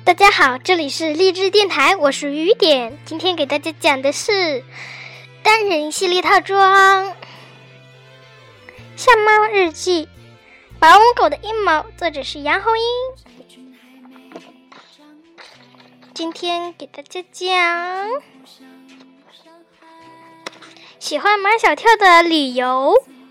大家好，这里是荔枝电台，我是雨点。今天给大家讲的是单人系列套装《像猫日记》，保姆狗的阴谋，作者是杨红英。今天给大家讲喜欢马小跳的理由。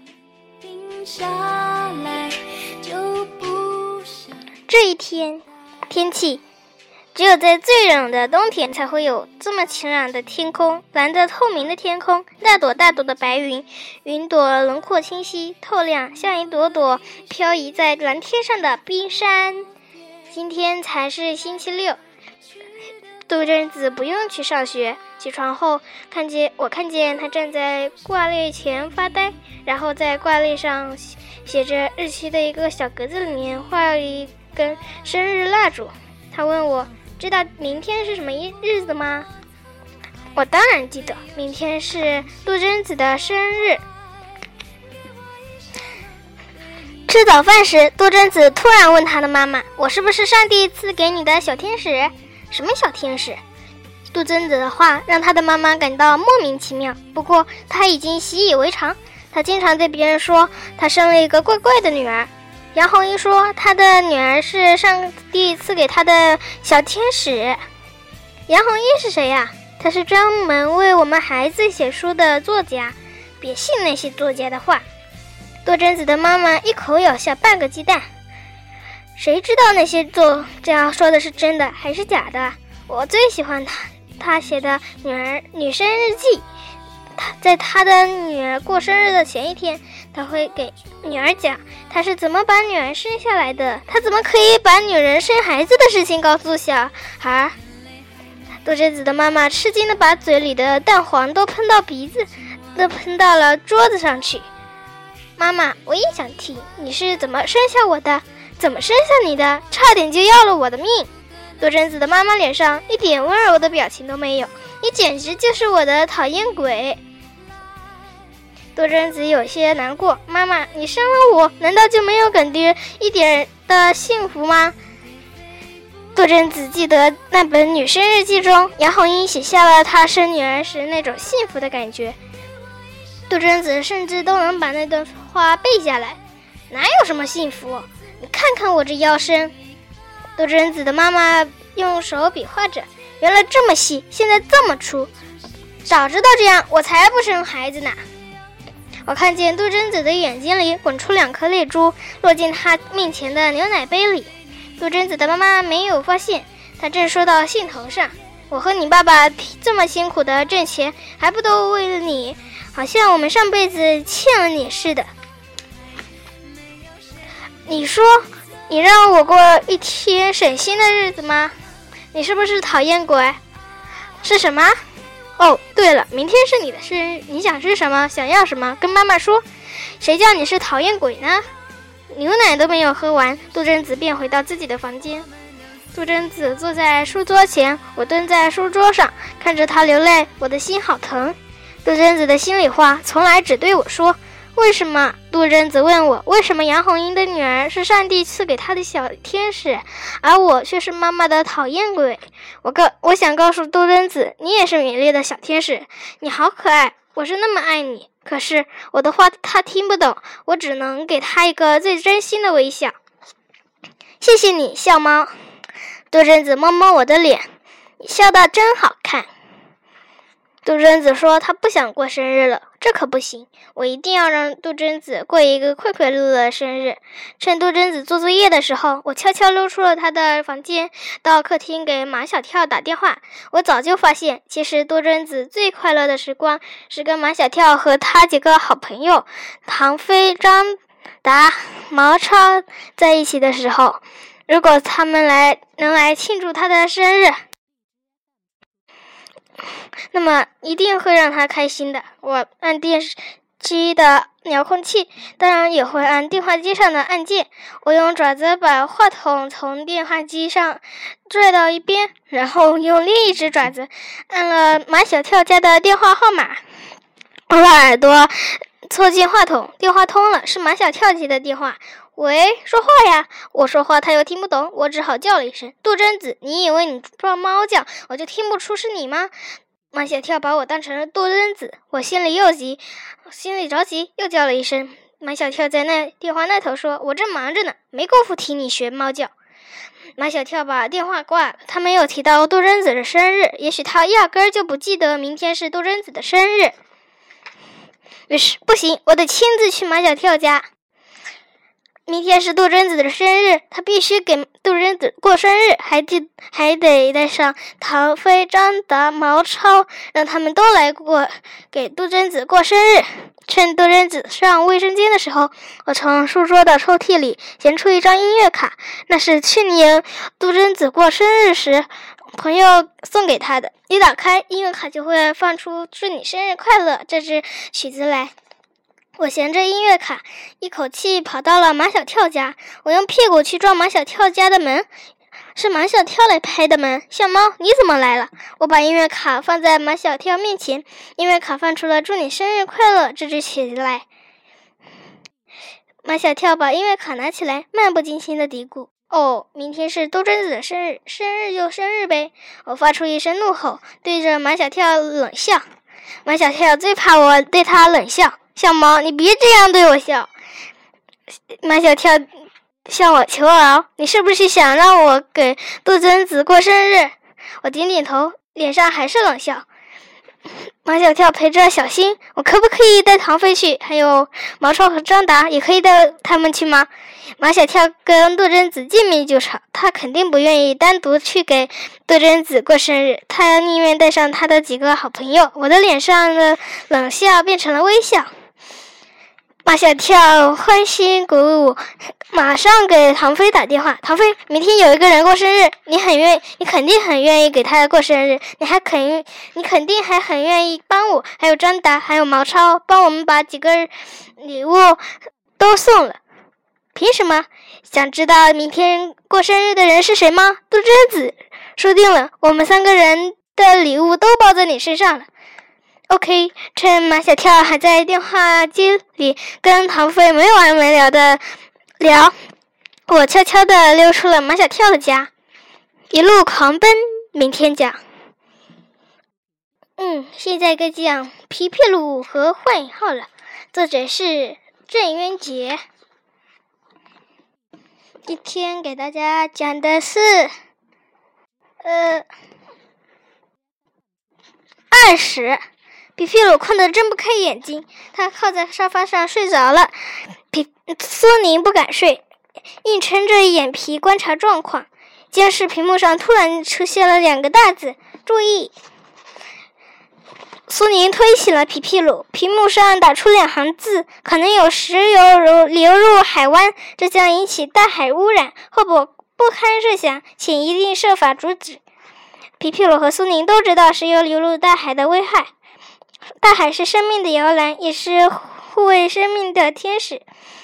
这一天天气只有在最冷的冬天才会有这么晴朗的天空，蓝得透明的天空，大朵大朵的白云，云朵轮廓清晰透亮，像一朵朵飘移在蓝天上的冰山。今天才是星期六，杜真子不用去上学。起床后我看见他站在挂历前发呆，然后在挂历上写着日期的一个小格子里面画了一根生日蜡烛。他问我知道明天是什么日子吗？我当然记得，明天是杜真子的生日。吃早饭时，杜真子突然问他的妈妈，我是不是上帝赐给你的小天使？什么小天使？杜真子的话让他的妈妈感到莫名其妙，不过他已经习以为常。他经常对别人说他生了一个怪怪的女儿。杨红一说他的女儿是上帝赐给他的小天使。杨红一是谁呀？他是专门为我们孩子写书的作家，别信那些作家的话。杜真子的妈妈一口咬下半个鸡蛋，谁知道那些作家说的是真的还是假的？我最喜欢他写的女生日记。在他的女儿过生日的前一天，他会给女儿讲他是怎么把女儿生下来的，他怎么可以把女人生孩子的事情告诉小孩。杜真子的妈妈吃惊地把嘴里的蛋黄都喷到了桌子上去。妈妈，我也想听，你是怎么生下我的？怎么生下你的？差点就要了我的命。杜真子的妈妈脸上一点温柔的表情都没有，你简直就是我的讨厌鬼。杜真子有些难过，妈妈，你生了我，难道就没有感觉一点的幸福吗？杜真子记得那本女生日记中，杨红英写下了她生女儿时那种幸福的感觉。杜真子甚至都能把那段话背下来。哪有什么幸福？你看看我这腰身。杜真子的妈妈用手比划着，原来这么细，现在这么粗，早知道这样我才不生孩子呢。我看见杜真子的眼睛里滚出2颗泪珠，落进她面前的牛奶杯里。杜真子的妈妈没有发现，她正说到兴头上，我和你爸爸这么辛苦的挣钱，还不都为了你，好像我们上辈子欠了你似的。你说你让我过一天省心的日子吗？你是不是讨厌鬼？是什么？哦，对了，明天是你的生日，你想吃什么？想要什么？跟妈妈说。谁叫你是讨厌鬼呢？牛奶都没有喝完，杜真子便回到自己的房间。杜真子坐在书桌前，我蹲在书桌上，看着她流泪，我的心好疼。杜真子的心里话从来只对我说。为什么？杜真子问我，为什么杨红英的女儿是上帝赐给她的小天使，而我却是妈妈的讨厌鬼？我想告诉杜真子，你也是美丽的小天使，你好可爱，我是那么爱你。可是我的话她听不懂，我只能给她一个最真心的微笑。谢谢你，笑猫。杜真子摸摸我的脸，你笑得真好看。杜真子说她不想过生日了，这可不行，我一定要让杜真子过一个快快乐乐的生日。趁杜真子做作业的时候，我悄悄溜出了她的房间，到客厅给马小跳打电话。我早就发现，其实杜真子最快乐的时光是跟马小跳和他几个好朋友唐飞、张达、毛超在一起的时候。如果他们能来庆祝他的生日，那么一定会让他开心的。我按电视机的遥控器，当然也会按电话机上的按键。我用爪子把话筒从电话机上拽到一边，然后用另一只爪子按了马小跳家的电话号码。我把耳朵凑近话筒，电话通了，是马小跳接的电话。喂，说话呀！我说话他又听不懂，我只好叫了一声杜真子。你以为你装猫叫我就听不出是你吗？马小跳把我当成了杜真子，我心里着急，又叫了一声。马小跳在电话那头说：“我正忙着呢，没工夫听你学猫叫。”马小跳把电话挂了，他没有提到杜真子的生日，也许他压根儿就不记得明天是杜真子的生日。于是，不行，我得亲自去马小跳家。明天是杜真子的生日，他必须给杜真子过生日，还得带上唐飞、张达、毛超，让他们都来给杜真子过生日。趁杜真子上卫生间的时候，我从书桌的抽屉里衔出一张音乐卡，那是去年杜真子过生日时朋友送给他的。一打开，音乐卡就会放出祝你生日快乐这支曲子来。我衔着音乐卡，一口气跑到了马小跳家。我用屁股去撞马小跳家的门，是马小跳来拍的门。小猫，你怎么来了？我把音乐卡放在马小跳面前，音乐卡放出了祝你生日快乐这支曲子来。马小跳把音乐卡拿起来，漫不经心地嘀咕：“哦，明天是杜真子的生日，生日就生日呗。”我发出一声怒吼，对着马小跳冷笑。马小跳最怕我对他冷笑。小毛，你别这样对我笑。马小跳向我求饶，你是不是想让我给杜真子过生日？我点点头，脸上还是冷笑。马小跳陪着小新，我可不可以带唐飞去？还有毛超和张达也可以带他们去吗？马小跳跟杜真子见面就吵，他肯定不愿意单独去给杜真子过生日，他宁愿带上他的几个好朋友。我的脸上的冷笑变成了微笑。马小跳欢欣鼓舞，马上给唐飞打电话。唐飞，明天有一个人过生日，你肯定很愿意给他过生日，你肯定还很愿意帮我，还有张达，还有毛超，帮我们把几个礼物都送了。凭什么？想知道明天过生日的人是谁吗？杜真子。说定了，我们3个人的礼物都包在你身上了。OK， 趁马小跳还在电话机里跟唐飞没完没了的聊，我悄悄地溜出了马小跳的家，一路狂奔。明天讲。现在该讲皮皮鲁和换引号了。作者是郑渊洁。今天给大家讲的是20。皮皮鲁困得睁不开眼睛，他靠在沙发上睡着了。苏宁不敢睡，硬撑着眼皮观察状况。监视屏幕上突然出现了2个大字：注意。苏宁推醒了皮皮鲁，屏幕上打出2行字：可能有石油流入海湾，这将引起大海污染，后果不堪设想，请一定设法阻止。皮皮鲁和苏宁都知道石油流入大海的危害。大海是生命的摇篮，也是护卫生命的天使。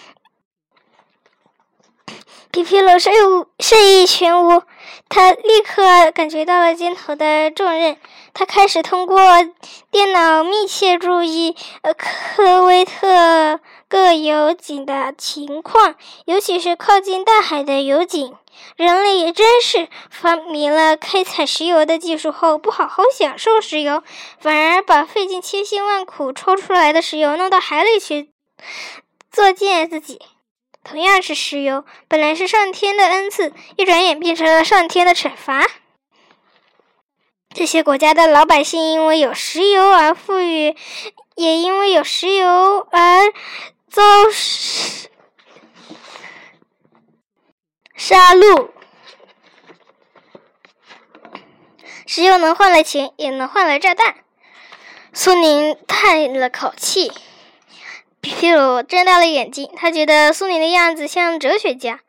皮皮鲁睡意全无，他立刻感觉到了肩头的重任。他开始通过电脑密切注意科威特各油井的情况，尤其是靠近大海的油井。人类真是发明了开采石油的技术后，不好好享受石油，反而把费尽千辛万苦抽出来的石油弄到海里去作践自己。同样是石油，本来是上天的恩赐，一转眼变成了上天的惩罚。这些国家的老百姓因为有石油而富裕，也因为有石油而遭杀戮。石油能换来钱，也能换来炸弹。苏宁叹了口气。皮皮鲁睁大了眼睛，他觉得苏宁的样子像哲学家。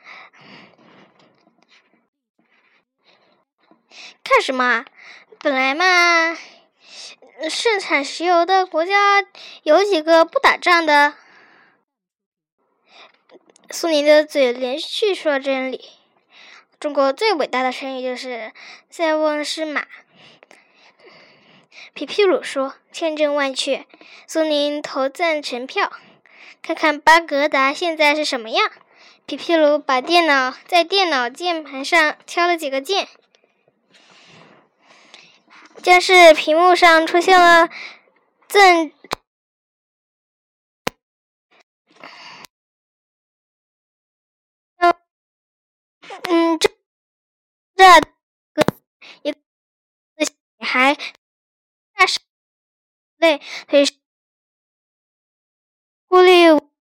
看什么啊？本来嘛，盛产石油的国家有几个不打仗的？苏宁的嘴连续说真理。中国最伟大的成语就是塞翁失马。 皮皮鲁说，千真万确。苏宁投赞成票。看看巴格达现在是什么样。皮皮鲁把在电脑键盘上敲了几个键，监视屏幕上出现了这个一个女孩大手泪腿孤立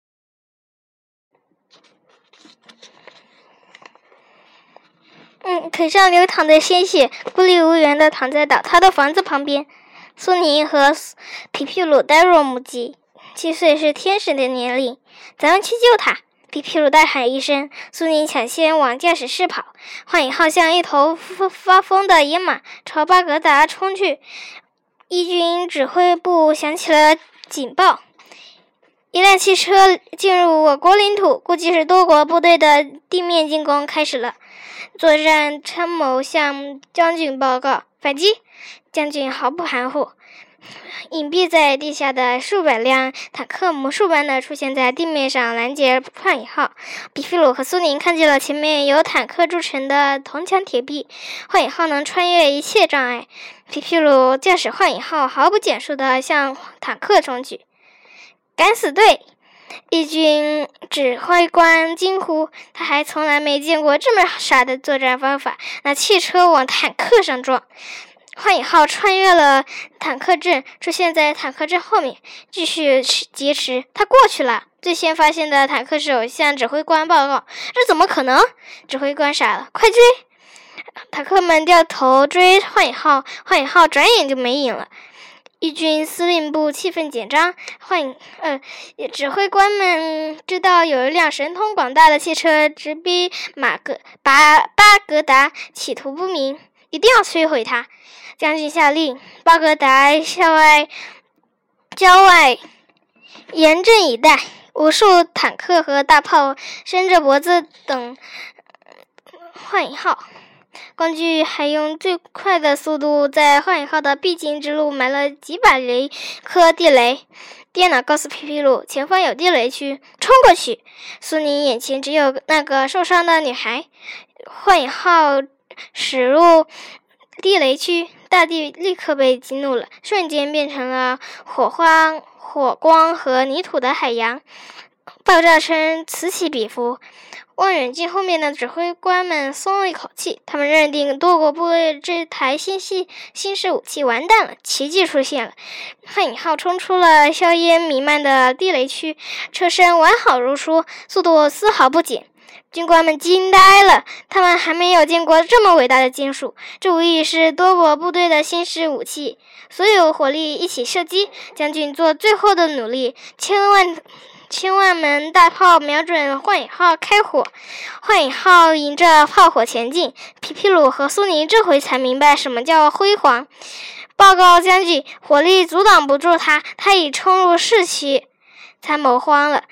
腿上流淌的鲜血，孤立无援地躺在倒塌的房子旁边。苏宁和皮皮鲁呆若木鸡。7岁是天使的年龄，咱们去救他！皮皮鲁大喊一声，苏宁抢先往驾驶室跑。幻影号像一头发疯的野马朝巴格达冲去。义军指挥部响起了警报，一辆汽车进入我国领土，估计是多国部队的地面进攻开始了。作战参谋向将军报告，反击！将军毫不含糊。隐蔽在地下的数百辆坦克魔术般的出现在地面上，拦截幻影号。皮皮鲁和苏宁看见了前面由坦克筑成的铜墙铁壁，幻影号能穿越一切障碍。皮皮鲁驾驶幻影号毫不减速地向坦克冲去。敢死队！义军指挥官惊呼，他还从来没见过这么傻的作战方法，拿汽车往坦克上撞。幻影号穿越了坦克阵，出现在坦克阵后面，继续劫持。他过去了。最先发现的坦克手向指挥官报告，这怎么可能？指挥官傻了，快追！坦克们掉头追幻影号，幻影号转眼就没影了。义军司令部气氛紧张，指挥官们知道有一辆神通广大的汽车直逼巴格达，企图不明，一定要摧毁它。将军下令，巴格达郊外严阵以待，无数坦克和大炮伸着脖子等幻影号。光锯还用最快的速度在幻影号的必经之路埋了几百颗地雷。电脑告诉皮皮鲁，前方有地雷区，冲过去。苏宁眼前只有那个受伤的女孩。幻影号驶入地雷区，大地立刻被激怒了，瞬间变成了火光和泥土的海洋，爆炸声此起彼伏。望远镜后面的指挥官们松了一口气，他们认定多国部队这台新式武器完蛋了，奇迹出现了。幻影号冲出了硝烟弥漫的地雷区，车身完好如初，速度丝毫不减。军官们惊呆了，他们还没有见过这么伟大的金属，这无疑是多国部队的新式武器。所有火力一起射击，将军做最后的努力，千万门大炮瞄准幻影号开火，幻影号迎着炮火前进。皮皮鲁和苏宁这回才明白什么叫辉煌。报告将军，火力阻挡不住他已冲入市区。参谋慌了。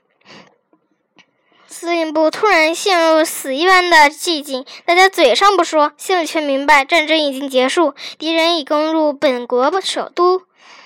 司令部突然陷入死一般的寂静，大家嘴上不说，心里却明白战争已经结束，敌人已攻入本国首都。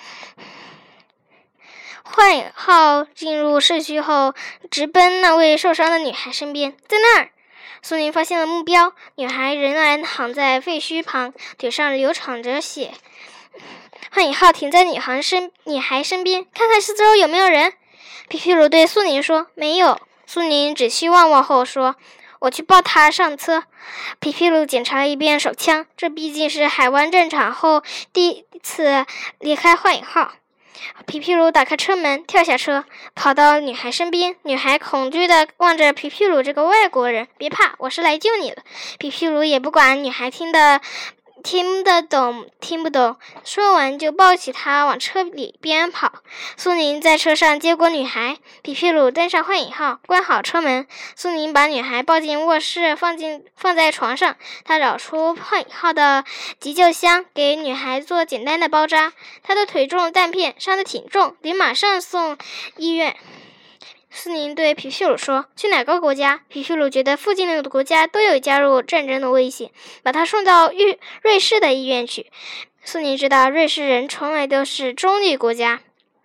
幻影号进入市区后，直奔那位受伤的女孩身边。在那儿，苏宁发现了目标，女孩仍然躺在废墟旁，腿上流淌着血。幻影号停在女孩身边，看看四周有没有人。皮皮鲁对苏宁说，没有。苏宁只需望后说，我去抱他上车。皮皮鲁检查了一遍手枪，这毕竟是海湾战场后第一次离开幻影号。皮皮鲁打开车门，跳下车，跑到女孩身边。女孩恐惧地望着皮皮鲁这个外国人，别怕，我是来救你了。皮皮鲁也不管女孩听得懂听不懂，说完就抱起她往车里边跑。苏宁在车上接过女孩，皮皮鲁登上幻影号，关好车门。苏宁把女孩抱进卧室，放在床上。他找出幻影号的急救箱，给女孩做简单的包扎。她的腿中弹片，伤得挺重，得马上送医院。苏宁对皮皮鲁说，去哪个国家？皮皮鲁觉得附近的国家都有加入战争的危险，把他送到瑞士的医院去。 苏宁知道瑞士人从来都是中立国家。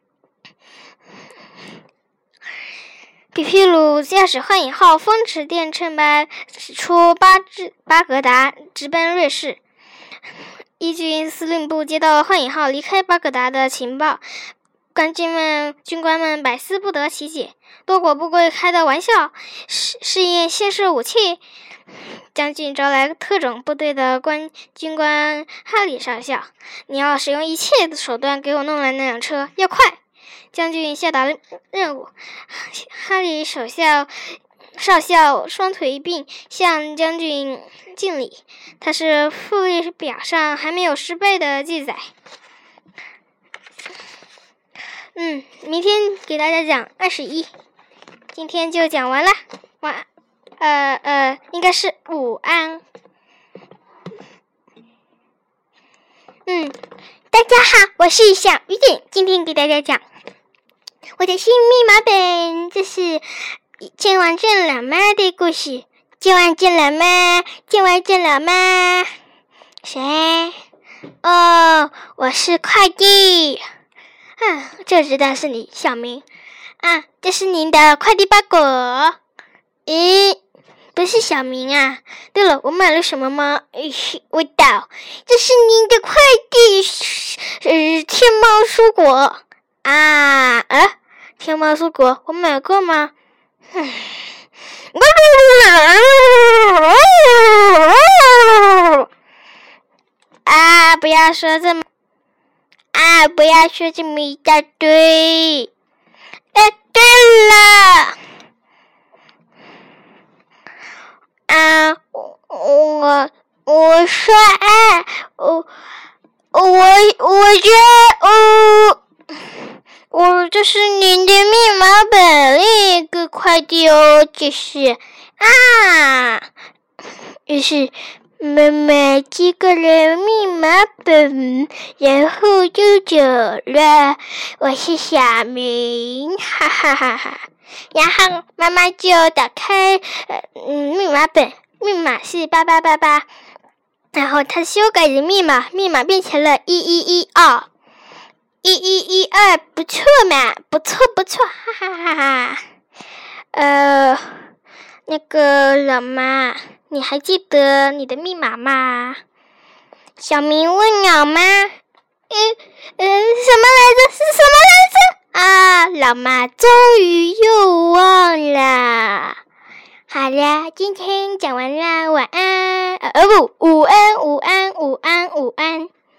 比皮鲁驾驶幻影号风驰电掣般出巴格达，直奔瑞士。伊军司令部接到幻影号离开巴格达的情报，军官们百思不得其解，多果不归开的玩笑，试验新式武器。将军招来特种部队的军官哈里少校，你要使用一切的手段给我弄来那辆车，要快！将军下达任务，哈里少校双腿一并向将军敬礼，他是复历表上还没有10倍的记载。明天给大家讲21，今天就讲完了，晚安。应该是午安。大家好，我是小雨点，今天给大家讲我的新密码本，这是见完见老妈的故事。见完见老妈，见完见老妈。谁？哦，我是快递。就知道是你，小明。这是您的快递包裹。咦？不是小明啊！对了，我买了什么吗？味道，这是您的快递，天猫蔬果啊！天猫蔬果我买过吗？不要说这么一大堆。对了。我说我觉得这是您的密码本另一个快递哦，这是于是妈妈寄过了密码本，然后就走了。我是小明，哈哈哈哈。然后妈妈就打开密码本，密码是8888，然后她修改的密码变成了1112，不错嘛，不错，哈哈哈哈。那个老妈，你还记得你的密码吗？小明问老妈。什么来着？老妈终于又忘了。好了，今天讲完了，晚安。午安。